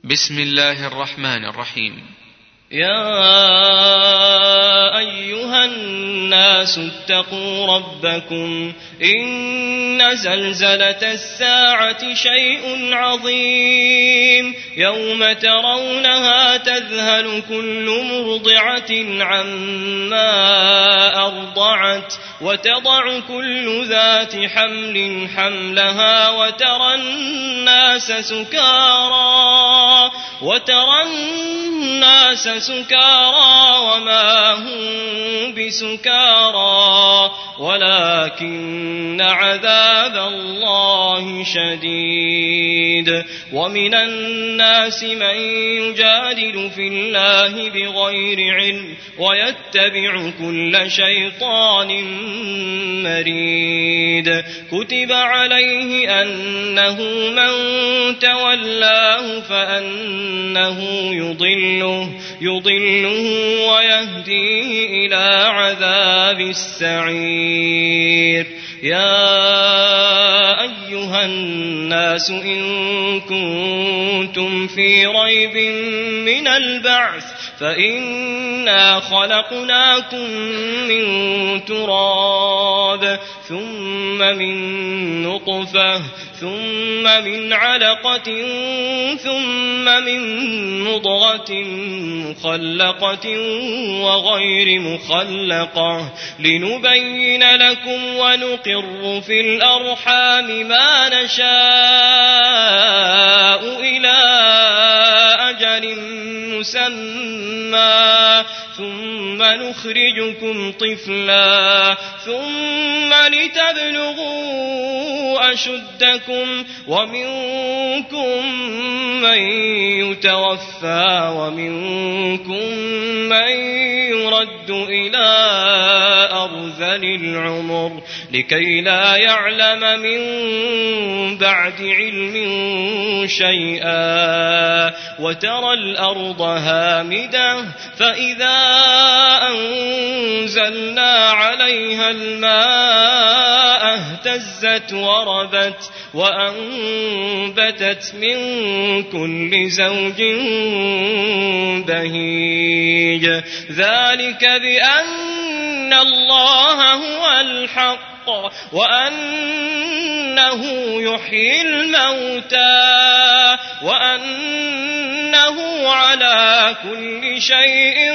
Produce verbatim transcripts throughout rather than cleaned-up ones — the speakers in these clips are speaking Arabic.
بسم الله الرحمن الرحيم. يا أيها الناس اتقوا ربكم إن زلزلة الساعة شيء عظيم يوم ترونها تذهل كل مرضعة عما أرضعت وتضع كل ذات حمل حملها وترى الناس سكارى وترى الناس سكارى وما هم بسكارى ولكن عذاب الله شديد. ومن الناس من يجادل في الله بغير علم ويتبع كل شيطان مريد. كتب عليه أنه من تولاه فأنه يضله يضله ويهديه إلى عذاب السعير. يا أيها الناس إن كنتم في ريب من البعث فإنا خلقناكم من تراب ثم من نطفة ثم من علقة ثم من مضغة مخلقة وغير مخلقة لنبين لكم ونقر في الأرحام ما نشاء إلى أجل مسمى ثم نخرجكم طفلا ثم لتبلغوا أشدكم ومنكم من يتوفى ومنكم من يرد إلى أرذل العمر لكي لا يعلم من بعد علم شيئا. وترى الأرض هامدة فإذا أنزلنا عليها الماء اهتزت وربت وأنبتت من كل زوج بهيج. ذلك بأن الله هو الحق وأنه يحيي الموتى وأنه على كل شيء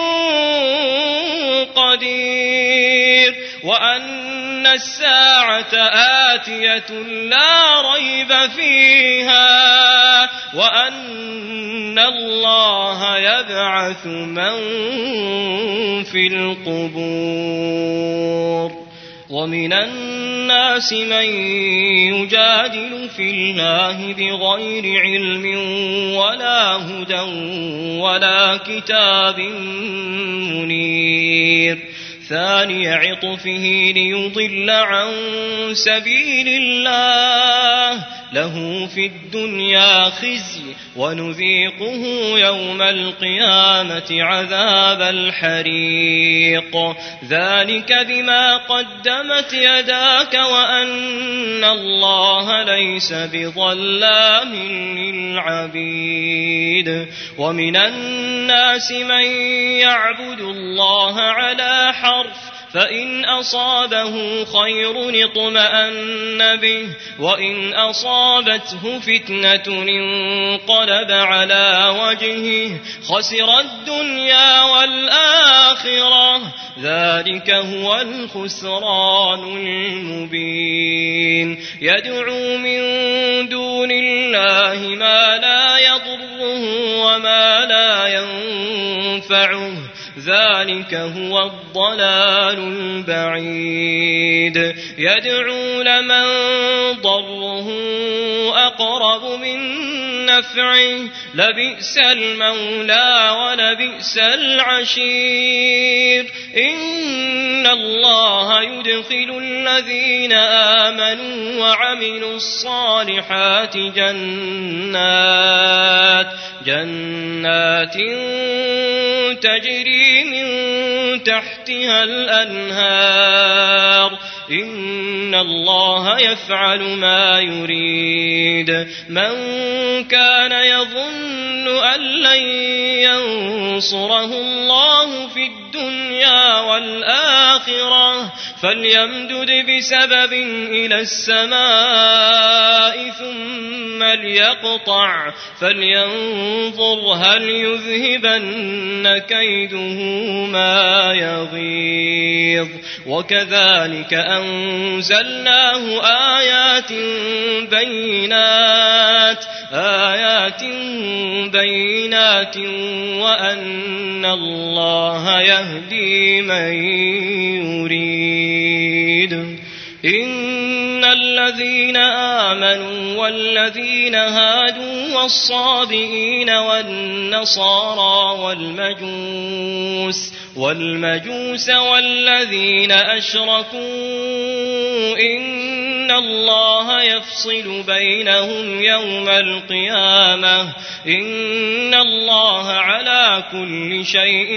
قدير وأن الساعة آتية لا ريب فيها وأن الله يبعث من في القبور. ومن الناس من يجادل في الله بغير علم ولا هدى ولا كتاب منير. ثاني عطفه ليضل عن سبيل الله له في الدنيا خزي ونذيقه يوم القيامة عذاب الحريق. ذلك بما قدمت يداك وأن الله ليس بظلام للعبيد. ومن الناس من يعبد الله على حرف فإن أصابه خير اطمأن به وإن أصابته فتنة انقلب على وجهه خسر الدنيا والآخرة ذلك هو الخسران المبين. يدعو من دون الله ما لا يضره وما لا ينفعه ذلك هو الضلال البعيد. يدعو لمن ضره أقرب من نفعه لبئس المولى ولبئس العشير. إن الله يدخل الذين آمنوا وعملوا الصالحات جنات جنات تجري من تحتها الأنهار إن الله يفعل ما يريد. من كان يظن أن لن ينصره الله في الدنيا والآخرة فليمدد بسبب إلى السماء ثم ليقطع فلينظر هل يذهبن كيده ما يغيظ وكذلك أنزلناه آيات بينات آيات بينات وأن الله يهدي من يريد. إن الذين آمنوا والذين هادوا والصابئين والنصارى والمجوس والمجوس والذين أشركوا إن الله يفصل بينهم يوم القيامة إن الله على كل شيء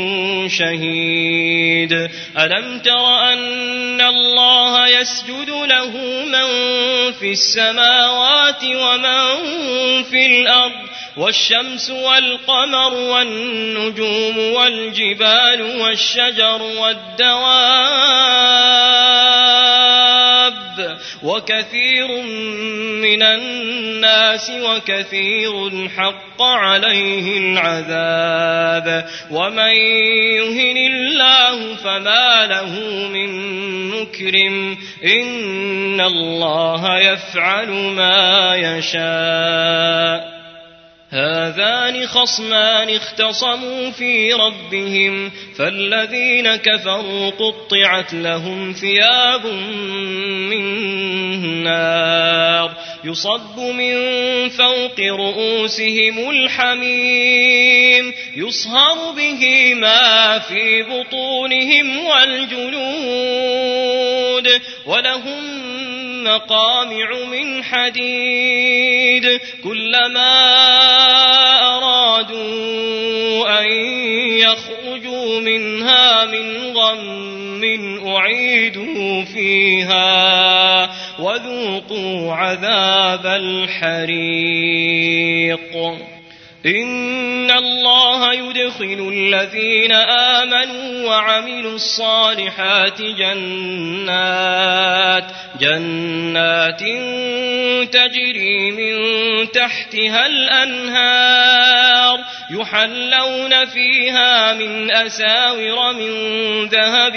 شهيد. ألم تر أن الله يسجد له من في السماوات ومن في الأرض والشمس والقمر والنجوم والجبال والشجر والدواب وكثير من الناس وكثير حق عليه العذاب ومن يهن الله فما له من مكرم إن الله يفعل ما يشاء. هذان خصمان اختصموا في ربهم فالذين كفروا قطعت لهم ثياب من نار يصب من فوق رؤوسهم الحميم يصهر به ما في بطونهم والجلود ولهم مقامع من حديد كلما أرادوا أن يخرجوا منها من غم أعيدوا فيها وذوقوا عذاب الحريق. إن الله يدخل الذين آمنوا وعملوا الصالحات جنات جنات تجري من تحتها الأنهار يحلون فيها من أساور من ذهب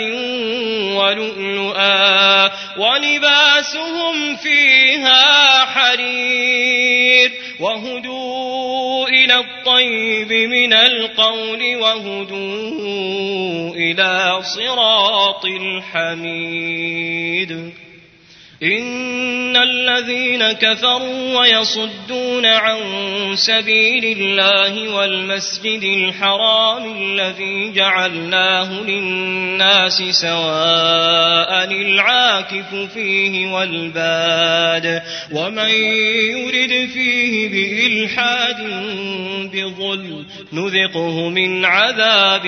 ولؤلؤا ولباسهم فيها حرير وهدوا إلى الطيب من القول وهدوا إلى صراط الحميد. إن الذين كفروا ويصدون عن سبيل الله والمسجد الحرام الذي جعلناه للناس سواء العاكف فيه والباد ومن يرد فيه بإلحاد بظلم نذقه من عذاب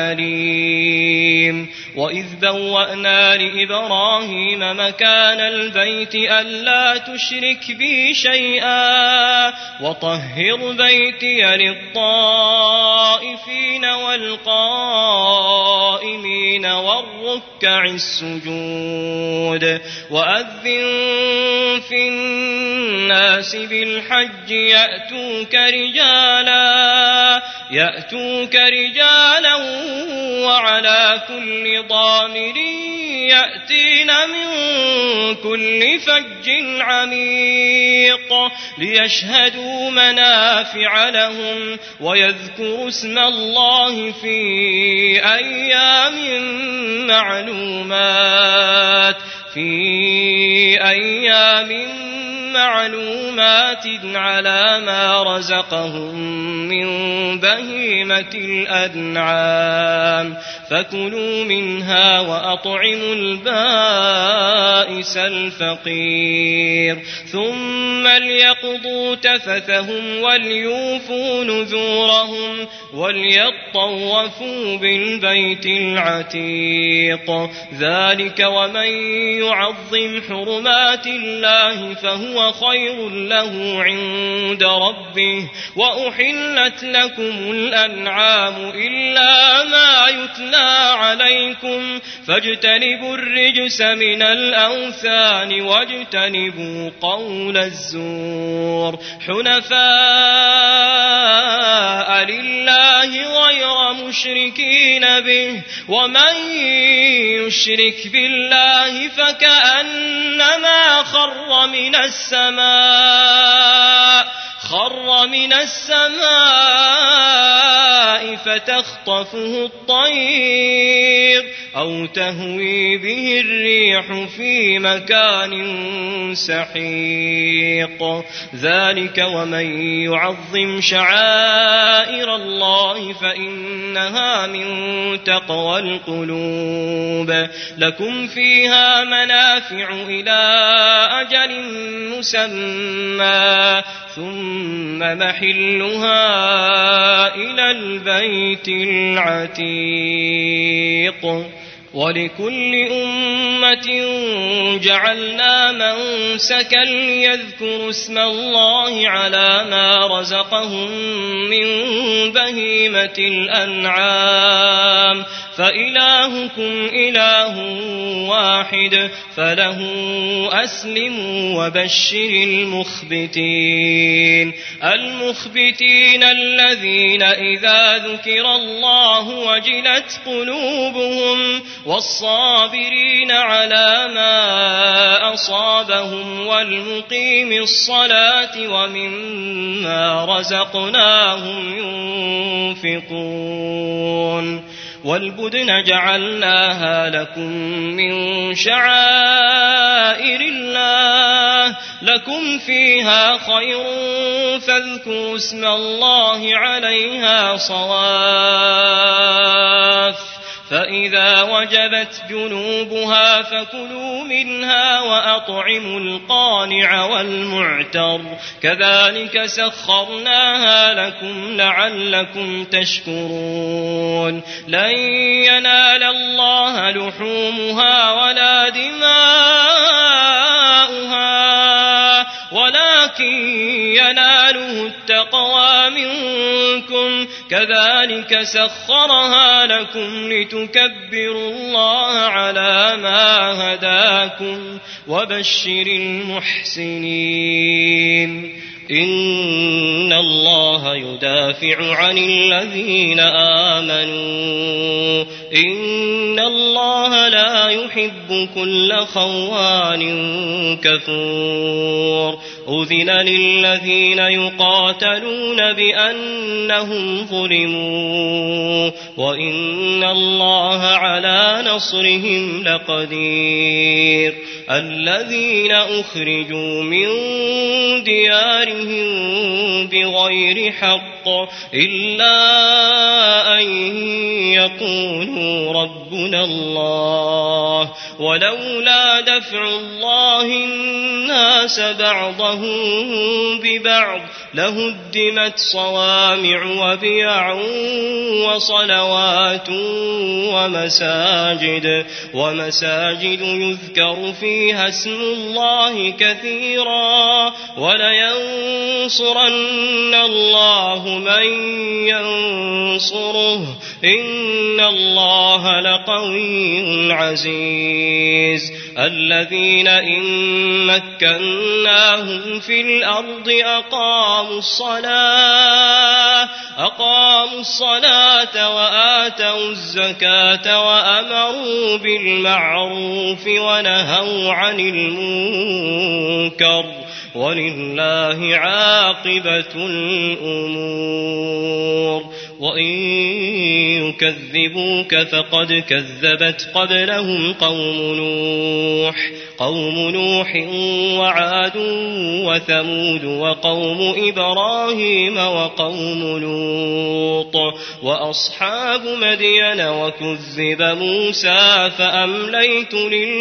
أليم. وإذ بوأنا لإبراهيم مكان البيت ألا تشرك بي شيئا وطهر بيتي للطائفين والقائمين والركع السجود. وأذن في الناس بالحج يأتوك رجالا يأتوك رجالا وعلى كل ضامر يأتين من كل فج عميق ليشهدوا منافع لهم ويذكروا اسم الله في أيام معلومات في أيام معلومات على ما رزقهم من بهيمة الأنعام فكلوا منها وأطعموا البائس الفقير ثم ليقضوا تفثهم وليوفوا نذورهم وليطوفوا بالبيت العتيق ذلك ومن يعظم حرمات الله فهو فهو خير له عند ربه وأحلت لكم الأنعام إلا ما يتلى عليكم فاجتنبوا الرجس من الأوثان واجتنبوا قول الزور حنفاء لله غير مشركين به ومن يشرك بالله فكأنما خر من السماء خر من السماء فتخطفه الطير أو تهوي به الريح في مكان سحيق ذلك ومن يعظم شعائر الله فإنها من تقوى القلوب لكم فيها منافع إلى أجل مسمى ثم محلها إلى البيت العتيق ولكل أمة جعلنا منسكا ليذكروا اسم الله على ما رزقهم من بهيمة الأنعام فإلهكم إله واحد فله أسلموا وبشر المخبتين المخبتين الذين إذا ذكر الله وجلت قلوبهم والصابرين على ما أصابهم والمقيم الصلاة ومما رزقناهم ينفقون والبدن جعلناها لكم من شعائر الله لكم فيها خير فاذكروا اسم الله عليها صواف فإذا وجبت جنوبها فكلوا منها وأطعموا القانع والمعتر كذلك سخرناها لكم لعلكم تشكرون لن ينال الله لحومها ولا دماؤها ولكن يناله التقوى منكم كذلك سخرها لكم لتكبروا الله على ما هداكم وبشر المحسنين إن الله يدافع عن الذين آمنوا إن الله لا يحب كل خوان كفور أذن للذين يقاتلون بأنهم ظلموا وإن الله على نصرهم لقدير الذين أخرجوا من ديارهم بغير حق إلا أن يقولوا ربنا الله ولولا دفع الله الناس بعضهم ببعض لهدمت صوامع وبيع وصلوات ومساجد ومساجد يذكر فيها اسم الله كثيرا ولينصرن الله من ينصره إن الله لقوي عزيز الذين إن مكناهم في الأرض أقاموا الصلاة أقاموا الصلاة وآتوا الزكاة وأمروا بالمعروف ونهوا عن المنكر ولله عاقبة الأمور وإن يكذبوك فقد كذبت قبلهم قوم نوح قوم نوح وعاد وثمود وقوم إبراهيم وقوم لوط وأصحاب مدين وكذب موسى فأمليت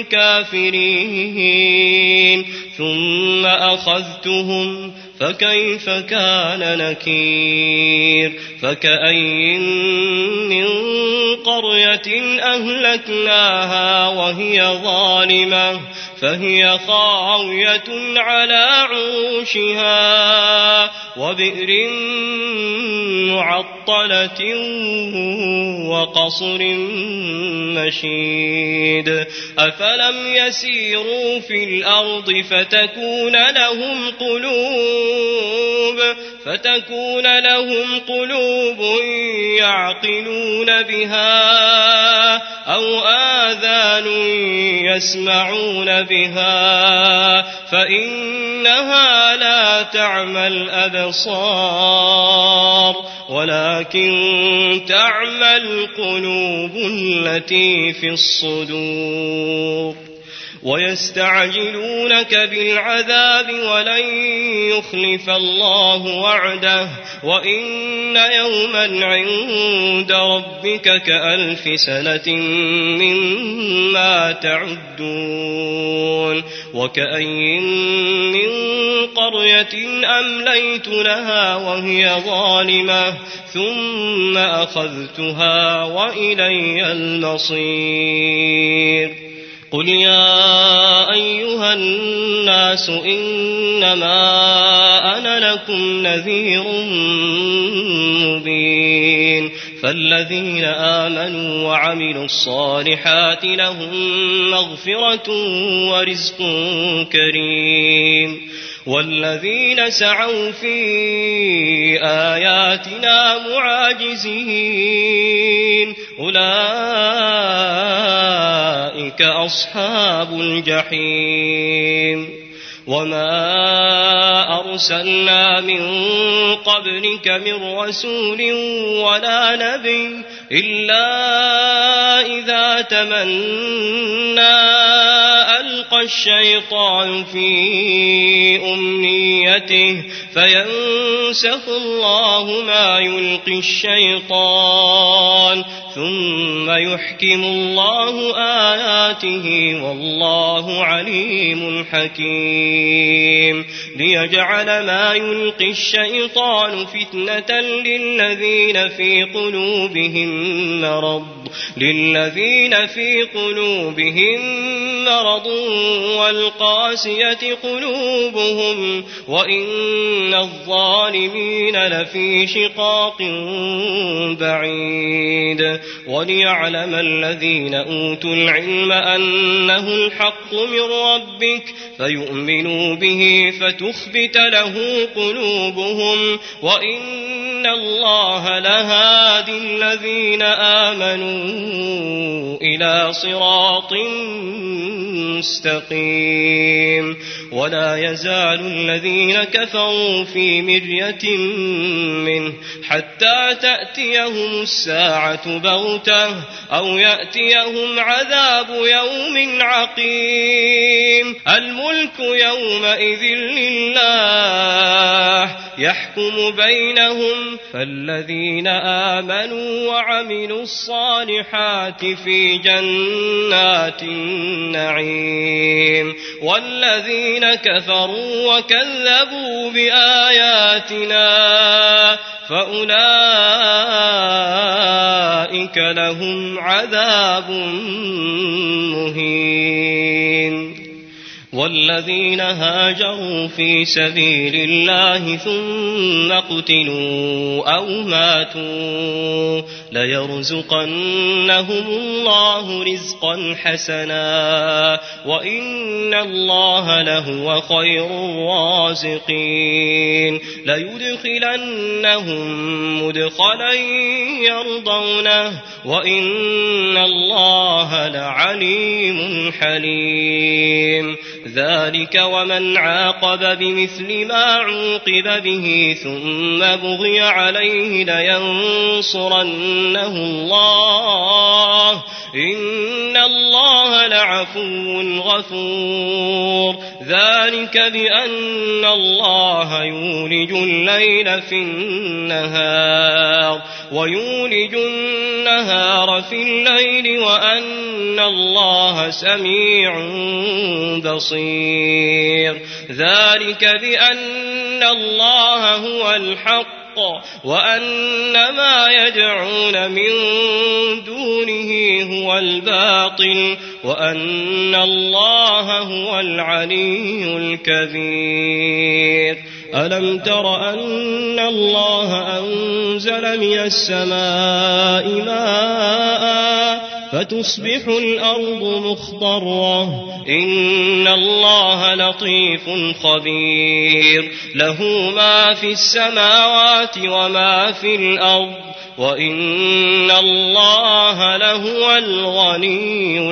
للكافرين ثم أخذتهم فكيف كان نكير فكأين من قرية أهلكناها وهي ظالمة فهي خاوية على عروشها وبئر معطلة وقصر مشيد أفلم يسيروا في الأرض فتكون لهم قلوب فتكون لهم قلوب يعقلون بها أو آذان يسمعون بها فإنها لا تعمى الأبصار ولكن تعمى القلوب التي في الصدور ويستعجلونك بالعذاب ولن يخلف الله وعده وإن يوما عند ربك كألف سنة مما تعدون وكأين من قرية أمليت لها وهي ظالمة ثم أخذتها وإلي المصير قل يا أيها الناس إنما أنا لكم نذير مبين فالذين آمنوا وعملوا الصالحات لهم مغفرة ورزق كريم والذين سعوا في آياتنا معاجزين أولئك أصحاب الجحيم وما أرسلنا من قبلك من رسول ولا نبي إلا إذا تمنى ألقى الشيطان في أمنيته فينسخ الله ما يلقي الشيطان ثم يحكم الله آياته والله عليم حكيم ليجعل ما يلقي الشيطان فتنة للذين في قلوبهم مرض للذين في قلوبهم مرض والقاسية قلوبهم وإن الظالمين لفي شقاق بعيد وليعلم الذين أوتوا العلم أنه الحق من ربك فيؤمنوا به فتخبت له قلوبهم وإن الله لهادي الذين آمنوا إلى صراط مستقيم ولا يزال الذين كفروا في مرية منه حتى تأتيهم الساعة بغتة أو يأتيهم عذاب يوم عقيم الملك يومئذ لله يحكم بينهم فالذين آمنوا وعملوا الصالحات في جنات النعيم والذين كفروا وكذبوا بآياتنا فأولئك لهم عذاب مهين والذين هاجروا في سبيل الله ثم قتلوا أو ماتوا ليرزقنهم الله رزقا حسنا وإن الله لهو خير الرازقين ليدخلنهم مدخلا يرضونه وإن الله لعليم حليم ذلك ومن عاقب بمثل ما عوقب به ثم بغي عليه لينصرنه الله إن الله لعفو غفور ذلك بأن الله يولج الليل في النهار ويولج النهار في الليل وأن الله سميع بصير ذلك بأن الله هو الحق وأن ما يدعون من دونه هو الباطل وأن الله هو العلي الكبير ألم تر أن الله أنزل من السماء ماء فتصبح الأرض مخضرة إن الله لطيف خبير له ما في السماوات وما في الأرض وإن الله لهو الغني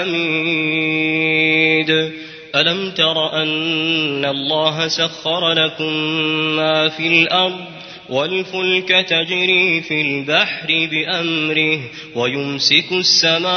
الحميد ألم تر أن الله سخر لكم ما في الأرض والفلك تجري في البحر بأمره ويمسك السماء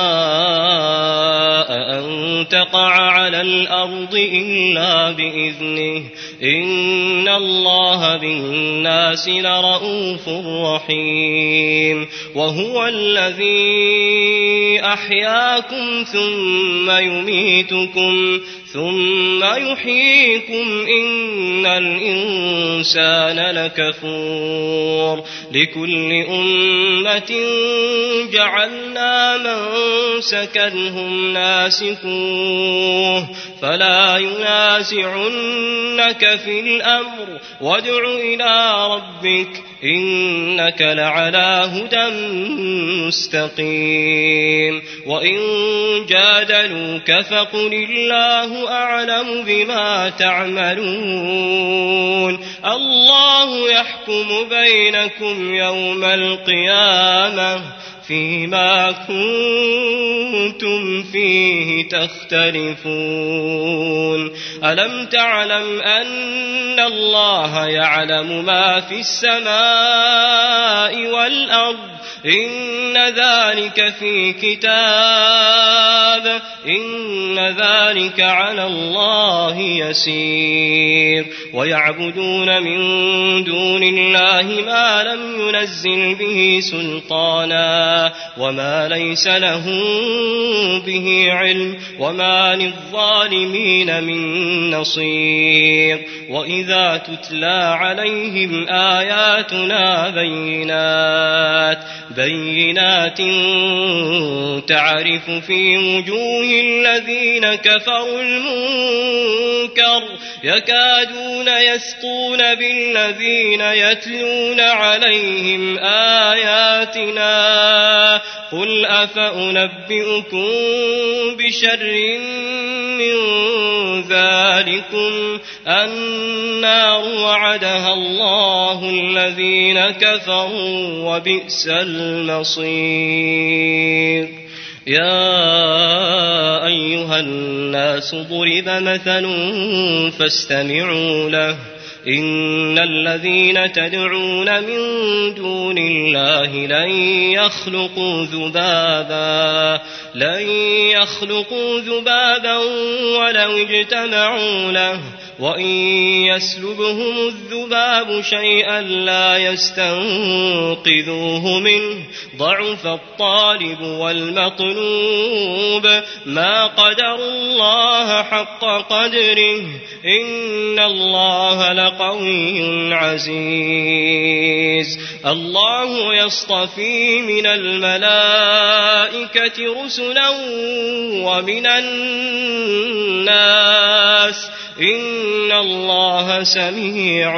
أن تقع على الأرض إلا بإذنه إن الله بالناس لرءوف رحيم وهو الذي أحياكم ثم يميتكم ثم يحييكم إن الإنسان لكفور لكل أمة جعلنا منسكا هم ناسكوه فلا ينازعنك في الأمر وادع إلى ربك إنك لعلى هدى مستقيم وإن جادلوك فقل الله أعلم بما تعملون الله يحكم بينكم يوم القيامة فيما كنتم فيه تختلفون ألم تعلم أن الله يعلم ما في السماء والأرض إن ذلك في كتاب إن ذلك على الله يسير ويعبدون من دون الله ما لم ينزل به سلطانا وما ليس له به علم وما للظالمين من نصير وإذا تتلى عليهم آياتنا بينات بينات تعرف في وجوه الذين كفروا المنكر يكادون يسطون بالذين يتلون عليهم آياتنا قل أفأنبئكم بشر من ذلكم النار وعدها الله الذين كفروا وبئس المصير يا أيها الناس ضرب مثل فاستمعوا له إن الذين تدعون من دون الله لن يخلقوا ذبابا لن يخلقوا ذبابا ولو اجتمعوا له وإن يسلبهم الذباب شيئا لا يستنقذوه منه ضعف الطالب والمطلوب ما قدروا الله حق قدره إن الله لقوي عزيز الله يصطفي من الملائكة رسلا ومن الناس إن الله سميع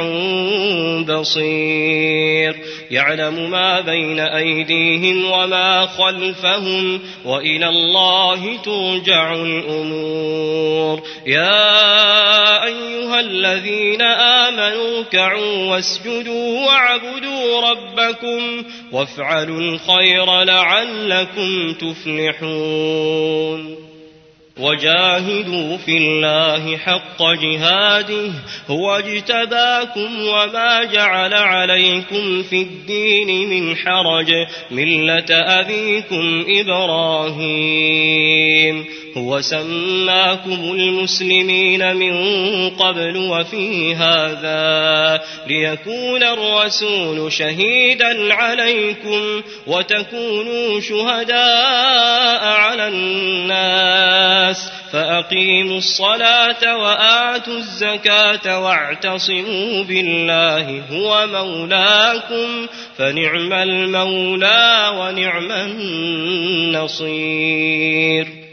بصير يعلم ما بين أيديهم وما خلفهم وإلى الله ترجع الأمور يا أيها الذين آمنوا اركعوا واسجدوا واعبدوا ربكم وافعلوا الخير لعلكم تفلحون وجاهدوا في الله حق جهاده هو اجتباكم وما جعل عليكم في الدين من حرج ملة أبيكم إبراهيم هو سماكم المسلمين من قبل وفي هذا ليكون الرسول شهيدا عليكم وتكونوا شهداء على الناس فأقيموا الصلاة وآتوا الزكاة واعتصموا بالله هو مولاكم فنعم المولى ونعم النصير